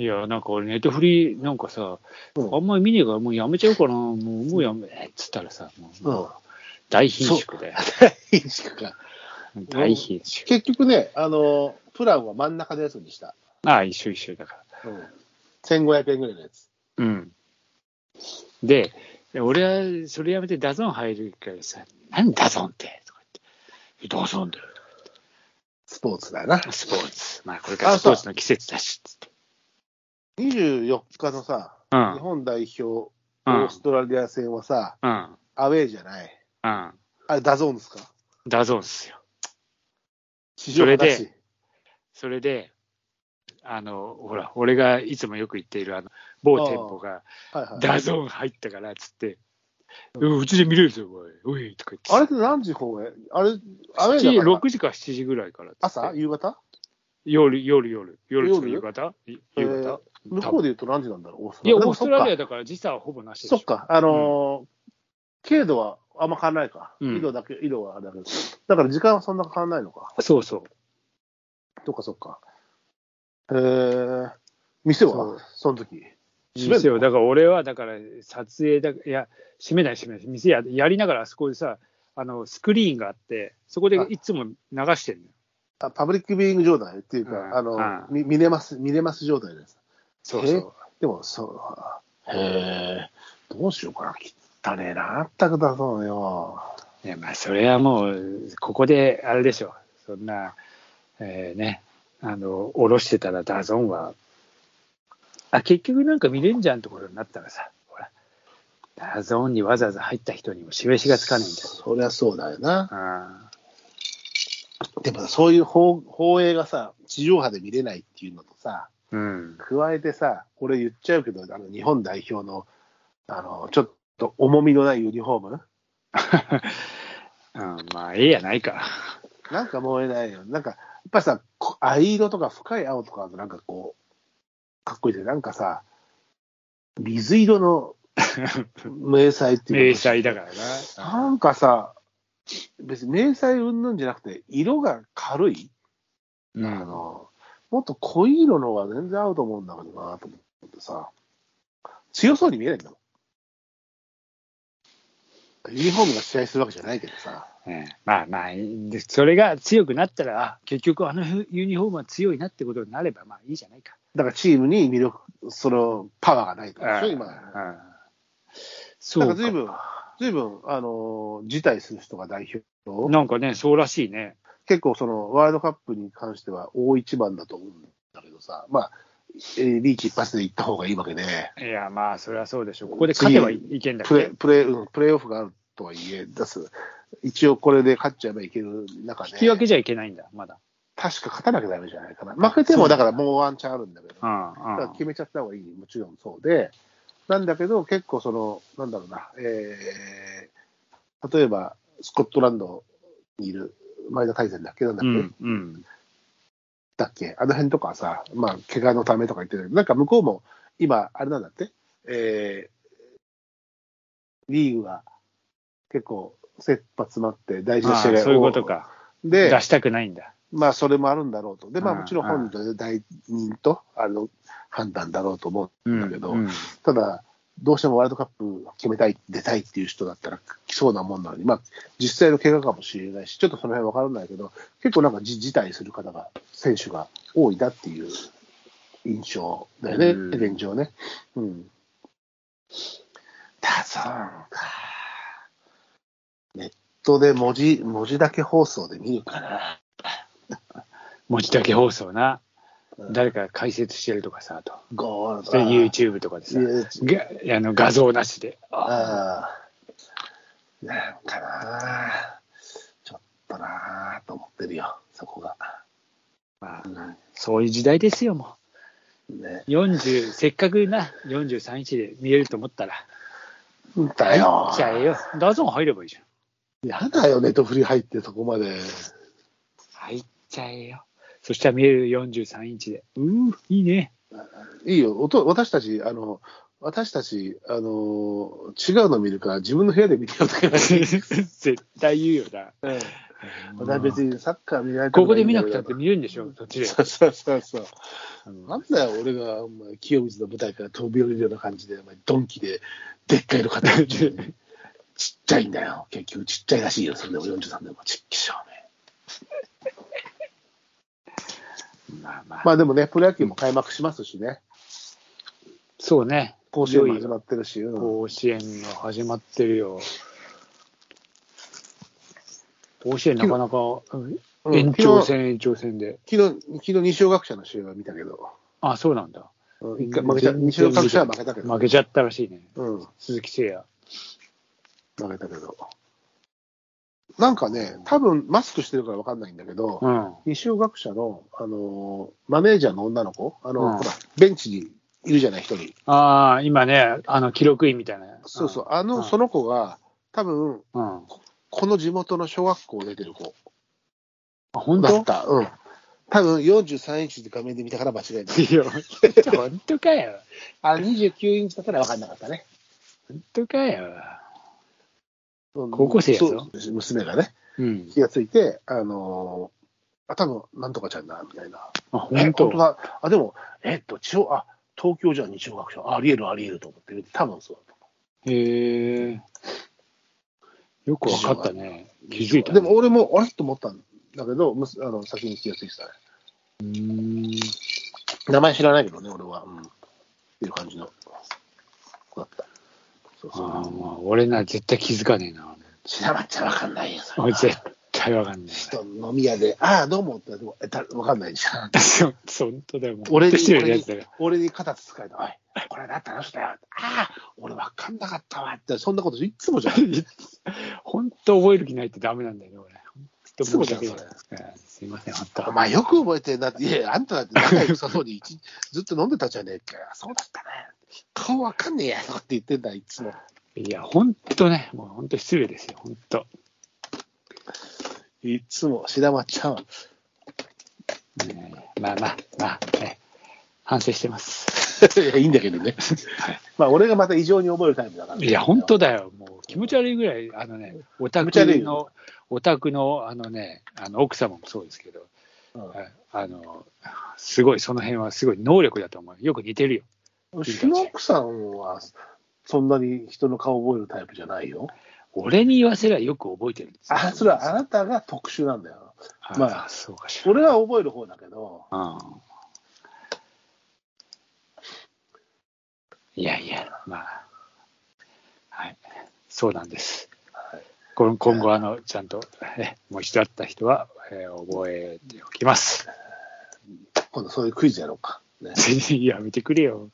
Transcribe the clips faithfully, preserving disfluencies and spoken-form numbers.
や、なんか俺ネットフリなんかさ、 うん、 あんまり見ねえからもうやめちゃうかな、もうもうやめっつったらさ、もう、 うん、 大貧縮で。 大貧縮か。 大貧縮。 結局ね、あの、プランは真ん中のやつにした。 ああ、一緒一緒だから。 うん。せんごひゃくえんぐらいのやつ。 うん。で、俺はそれやめてダゾーン入るからさ、何ダゾーンってとか言って、ダゾーンだよ。 スポーツだよな。 スポーツ。まあこれからスポーツの季節だし、つって。 にじゅうよっかのさ、うん、日本代表、オーストラリア戦はさ、うん、アウェーじゃない。うん。あれ、ダゾーンですか？ ダゾーンっすよ。 地上波だし。 それで、それで、あの、ほら、俺がいつもよく言っている、あの、某店舗が、はいはい、ダゾーン入ったから、つって、うん、うちで見れるぞ、おい、おい、とか言って。 あれって何時放映？あれ、 アウェーだからろくじかしちじぐらいから。 朝？夕方？ 夜、夜、夜。夜と夕方？夕方、えー、 向こうで言うと何時なんだろう？オーストラリア。いや、オーストラリアだから時差はほぼなしでしょ。 そっか、あのー、うん、経度はあんま変わらないか。うん、緯度だけ、緯度はあれだけど。だから時間はそんな変わらないのか。 そうそう。 そっかそっか。えー、店はその時。 店を、だから俺は、だから撮影だ、いや、閉めない閉めない。店ややりながらあそこでさ、あの、スクリーンがあって、そこでいつも流してるのよ。 あ、パブリックビューイング状態っていうか、うん、あの、うん、見、見れます、見れます状態です。 そうそう。 でも、そう、へえ、どうしようかな。汚ねえな、あったくだそうよ。 いや、まあ、それはもう、ここで、あれでしょ。そんな、えー、ね、あの、下ろしてたらダゾンは、あ、結局なんか見れんじゃんところになったらさ、ほら、ダゾーンにわざわざ入った人にも示しがつかないんだよ。 そりゃそうだよな。うん、でもそういう放、放映がさ、地上波で見れないっていうのとさ、うん、加えてさ、これ言っちゃうけど、あの日本代表の、あの、ちょっと重みのないユニフォームうん、まあ、ええやないか。 なんか燃えないよ。なんか、やっぱりさ、藍色とか深い青とかだとなんかこう、かっこいいで、なんかさ、水色の迷彩っていう迷彩だからな。 なんかさ、別に迷彩云々じゃなくて、色が軽い、うん、あの、もっと濃い色の方が全然合うと思うんだけどなと思ってさ、強そうに見えないんだもん。ユニフォームが試合するわけじゃないけどさ。 ええ、まあまあ、それが強くなったら、あ、結局あのユニフォームは強いなってことになれば、まあいいじゃないか。 だからチームに魅力、そのパワーがないとでしょ、今。そうか。だから随分、随分、あの、辞退する人が代表。 なんかね、そうらしいね。 結構そのワールドカップに関しては大一番だと思うんだけどさ、まあ、えー、リーチ一発で行った方がいいわけで。 いや、まあ、それはそうでしょう。ここで勝てばいけんだけど、ね、 プレ、プレ、うん、プレーオフがあるとはいえ、出す。一応これで勝っちゃえばいける中で。 引き分けじゃいけないんだ、まだ。 確か勝たなきゃダメじゃないかな。負けてもだからもうワンチャンあるんだけど、だから決めちゃった方がいい、もちろんそうで、なんだけど結構その、なんだろうな、えー、例えばスコットランドにいる前田大然だっけなんだっけ、うんうん、だっけあの辺とかさ、まあ怪我のためとか言ってるけど、なんか向こうも今あれなんだって、えー、リーグが結構切羽詰まって大事な試合がそういうことか。で出したくないんだ。 まあ、それもあるんだろうと。で、まあ、もちろん本人の代人と、あの、判断だろうと思うんだけど、うんうん、ただ、どうしてもワールドカップ決めたい、出たいっていう人だったら来そうなもんなのに、まあ、実際の怪我かもしれないし、ちょっとその辺わからないけど、結構なんか辞退する方が、選手が多いなっていう印象だよね、うん、現状ね。うん。だそうか。ネットで文字、文字だけ放送で見るかな。 文字だけ放送な、うん、誰か解説してるとかさ、と。 ゴーそれ YouTube とかでさ、があの画像なしで。 ああ。なんかなちょっとなと思ってるよ、そこが。 まあ、うん、そういう時代ですよ、もう。ね、よんじゅう、せっかくな、よんじゅうさんインチで見えると思ったら。 だよ。 入っちゃえよ。ダゾーン入ればいいじゃん。 やだよ、ネットフリ入ってそこまで。 入っちゃえよ。そしたら見えるよんじゅうさんインチで。うー、いいね。 いいよ。音私たち、あの、私たち、あの、違うの見るから自分の部屋で見てよとか絶対言うよな。 うん、 私別にサッカー見られてここで見なくたって見れるんでしょ、そっちで。 そうそうそうそう。なんだよ、俺がお前清水の舞台から飛び降りるような感じで、お前ドンキででっかいの買ってちっちゃいんだよ。結局ちっちゃいらしいよ、それでもよんじゅうさんでもちっきしょうね。まあまあ。まあでもね、プロ野球も開幕しますしね。 そうね。 甲子園も始まってるし。 うん、甲子園が始まってるよ。甲子園なかなか延長戦、延長戦で。 昨日、昨日二松学舎の試合は見たけど。 あ、そうなんだ。 うん、一回負けちゃ、二松学舎は負けたけど。 負けちゃったらしいね。 うん。 鈴木誠也。負けたけど。なんかね、多分マスクしてるから分かんないんだけど、うん、二松学舎の、あのー、マネージャーの女の子、あの、うん、ほら、ベンチにいるじゃない、一人。ああ、今ね、あの、記録員みたいな。 そうそう、あの、うん、その子が、多分、うん、この地元の小学校出てる子。 あ、本当だった。うん。多分よんじゅうさんインチで画面で見たから間違いない。 いや、本当かよ。 あ、にじゅうきゅうインチだったら分かんなかったね。 本当かよ。高校生やぞ。 娘がね、うん、気がついて、あのー、あ、多分なんとかちゃんだ、みたいな。 あ、本当だ。あ、でも、えっと、地方、あ、東京じゃ日曜学者、ありえるありえると思ってる。多分そうだと思う。へえ。よく分かったね。気づいた、ね。 でも俺も、あれと思ったんだけど、あの先に気がついてたね。 うーん。 名前知らないけどね、俺は。うん。っていう感じの子だった。 そうそう。あ、まあ、俺な、絶対気づかねえな。 白松ちゃんわかんないよ。 俺絶対わかんない。 人飲み屋で、ああ、どうもって言っても、わかんないじゃん。 そう、本当だよ。 俺に、俺に、俺に肩つつかれた。おい、これだったらしたよ。ああ、俺わかんなかったわって、そんなこといつもじゃん。 本当覚える気ないってダメなんだよね、俺。 いつもじゃん、それ。 すいません、あんた。 お前よく覚えてんなって、いや、あんただって仲良さそうにずっと飲んでたじゃねえかよ。そうだったね。顔わかんねえやとかって言ってんだ、いつも。 いや、ほんとね、もうほんと失礼ですよ、ほんと。 いつも、白松ちゃん。 ね、まあまあ、まあ、ね、反省してます。 いや、いいんだけどね。はい、まあ、俺がまた異常に覚えるタイプだから、ね。 いや、ほんとだよ。もう気持ち悪いぐらい、あのね、オタクの、オタクの、あのね、あの奥様もそうですけど、うん、あの、すごい、その辺はすごい能力だと思う。よく似てるよ。 うちの奥さんは、そんなに人の顔覚えるタイプじゃないよ。 俺に言わせればよく覚えてるんですよ。 あ、それはあなたが特殊なんだよ。 あまあ、そうかしら。 俺は覚える方だけど。 うん。いやいや、まあ、はい。そうなんです。はい、今後、あの、ちゃんと、えもう一度会った人は、えー、覚えておきます。 今度そういうクイズやろうか。 ね、やめてくれよ。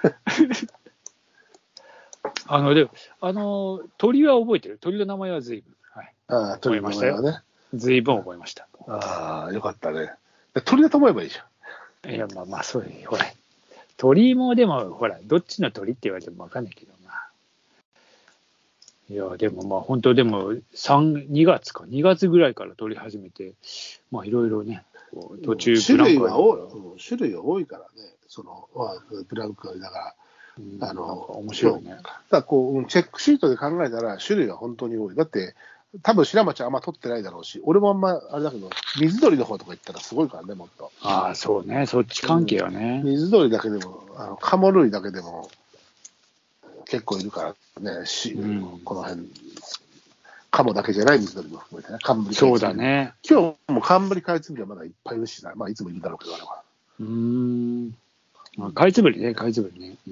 あの、でも、あの、鳥は覚えてる。鳥の名前は随分。はい。 ああ、鳥の名前はね。 随分覚えました。 ああ、よかったね。鳥だと思えばいいじゃん。いや、まあまあ、そういう、ほら。鳥もでも、ほら、どっちの鳥って言われてもわかんないけどな。いや、でもまあ、本当でも、三、にがつか、にがつぐらいから撮り始めて、まあ、いろいろね、途中ブランク、種類は多い、種類が多いからね、その、ブランクがだから、あの、 面白いね。 だこう、チェックシートで考えたら、種類が本当に多い。だって、多分白松あんま取ってないだろうし、俺もあんま、あれだけど、水鳥の方とか行ったらすごいからね、もっと。 ああ、そうね、そっち関係はね。 うん、水鳥だけでも、あのカモ類だけでも、結構いるからね、しうん、この辺、カモだけじゃない水鳥も含めてね、カンブリそうだね。 今日もカンブリカイツブリはまだいっぱいいるしな、まあ、いつもいるだろうけど、あれは。 うーん。まあ、カイツブリね、カイツブリね。うん、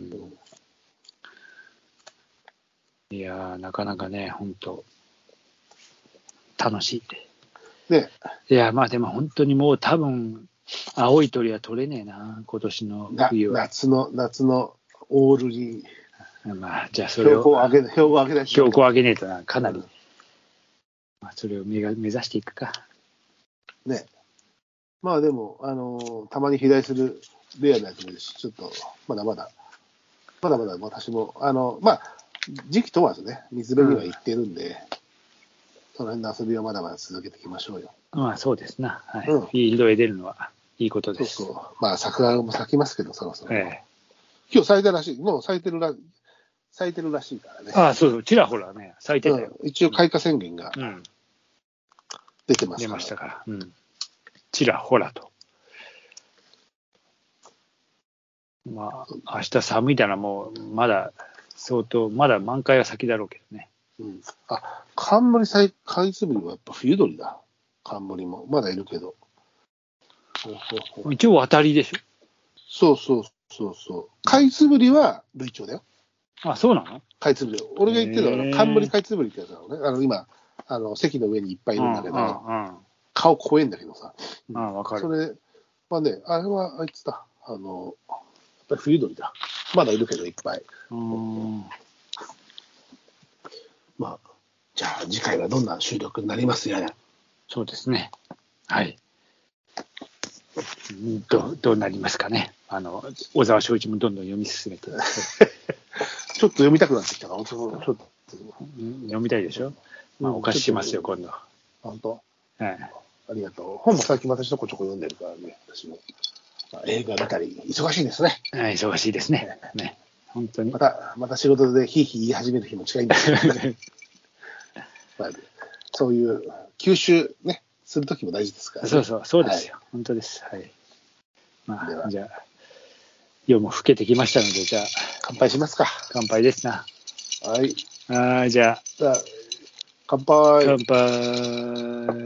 いやー、なかなかね、本当楽しい。 ね。 いや、まあでも本当にもう多分、青い鳥は取れねえな、今年の冬は。 夏の、夏のオールに。 まあ、じゃあそれを。 標高上げ、標高上げない。 標高上げねえとな、かなり。うん、まあ、それを目が目指していくか。 ね。まあでも、あのー、たまに飛来するレアなやつもいるし、ちょっと、まだまだ、まだまだ私も、あの、まあ、時期問わずね、水辺には行ってるんで、うん、その辺の遊びをまだまだ続けていきましょうよ。 まあそうですな。はい。うん、フィールドへ出るのはいいことです。 そうそう。まあ桜も咲きますけど、そろそろ。 ええ、 今日咲いたらしい。もう咲いてるら、咲いてるらしいからね。 ああ、そうそう。ちらほらね、咲いてたよ。 うん、一応開花宣言が出てますから。 出ましたから。うん。ちらほらと。まあ、明日寒いだらもう、まだ、相当、まだ満開は先だろうけどね。 うん。あ、冠さい、カイツブリはやっぱ冬鳥だ。冠も。まだいるけど。 一応渡りでしょ。 そうそうそうそう。カイツブリは類鳥だよ。 あ、そうなの？ カイツブリ。俺が言ってるのは、冠カイツブリってやつなのね。あの、今、あの、席の上にいっぱいいるんだけど、うんうんうん、顔怖いんだけどさ。 ああ、わかる。 それ、まあね、あれはあいつだ。あの、やっぱり冬鳥だ。まだいるけど、いっぱい。うん、まあ、じゃあ次回はどんな収録になりますやら。 そうですね。はい。ど, どうなりますかね。あの小沢昭一もどんどん読み進めて。ちょっと読みたくなってきたから、ちょっと読みたいでしょ。まあ、お貸ししますよ、今度。 本当？ はい。 ありがとう。本も最近私ちょこちょこ読んでるからね、私も。まあ、映画見たり、忙しいですね。 はい、忙しいですね。ね。本当に。 また、また仕事でひいひい言い始める日も近いんですけどね。まあ、そういう吸収ね、するときも大事ですから、ね。 そうそう、そうですよ。はい、本当です。はい。まあ、じゃあ、夜も更けてきましたので、じゃあ、 乾杯しますか。 乾杯ですな。 はい。 ああ、じゃあ、 じゃあ、乾杯。 乾杯。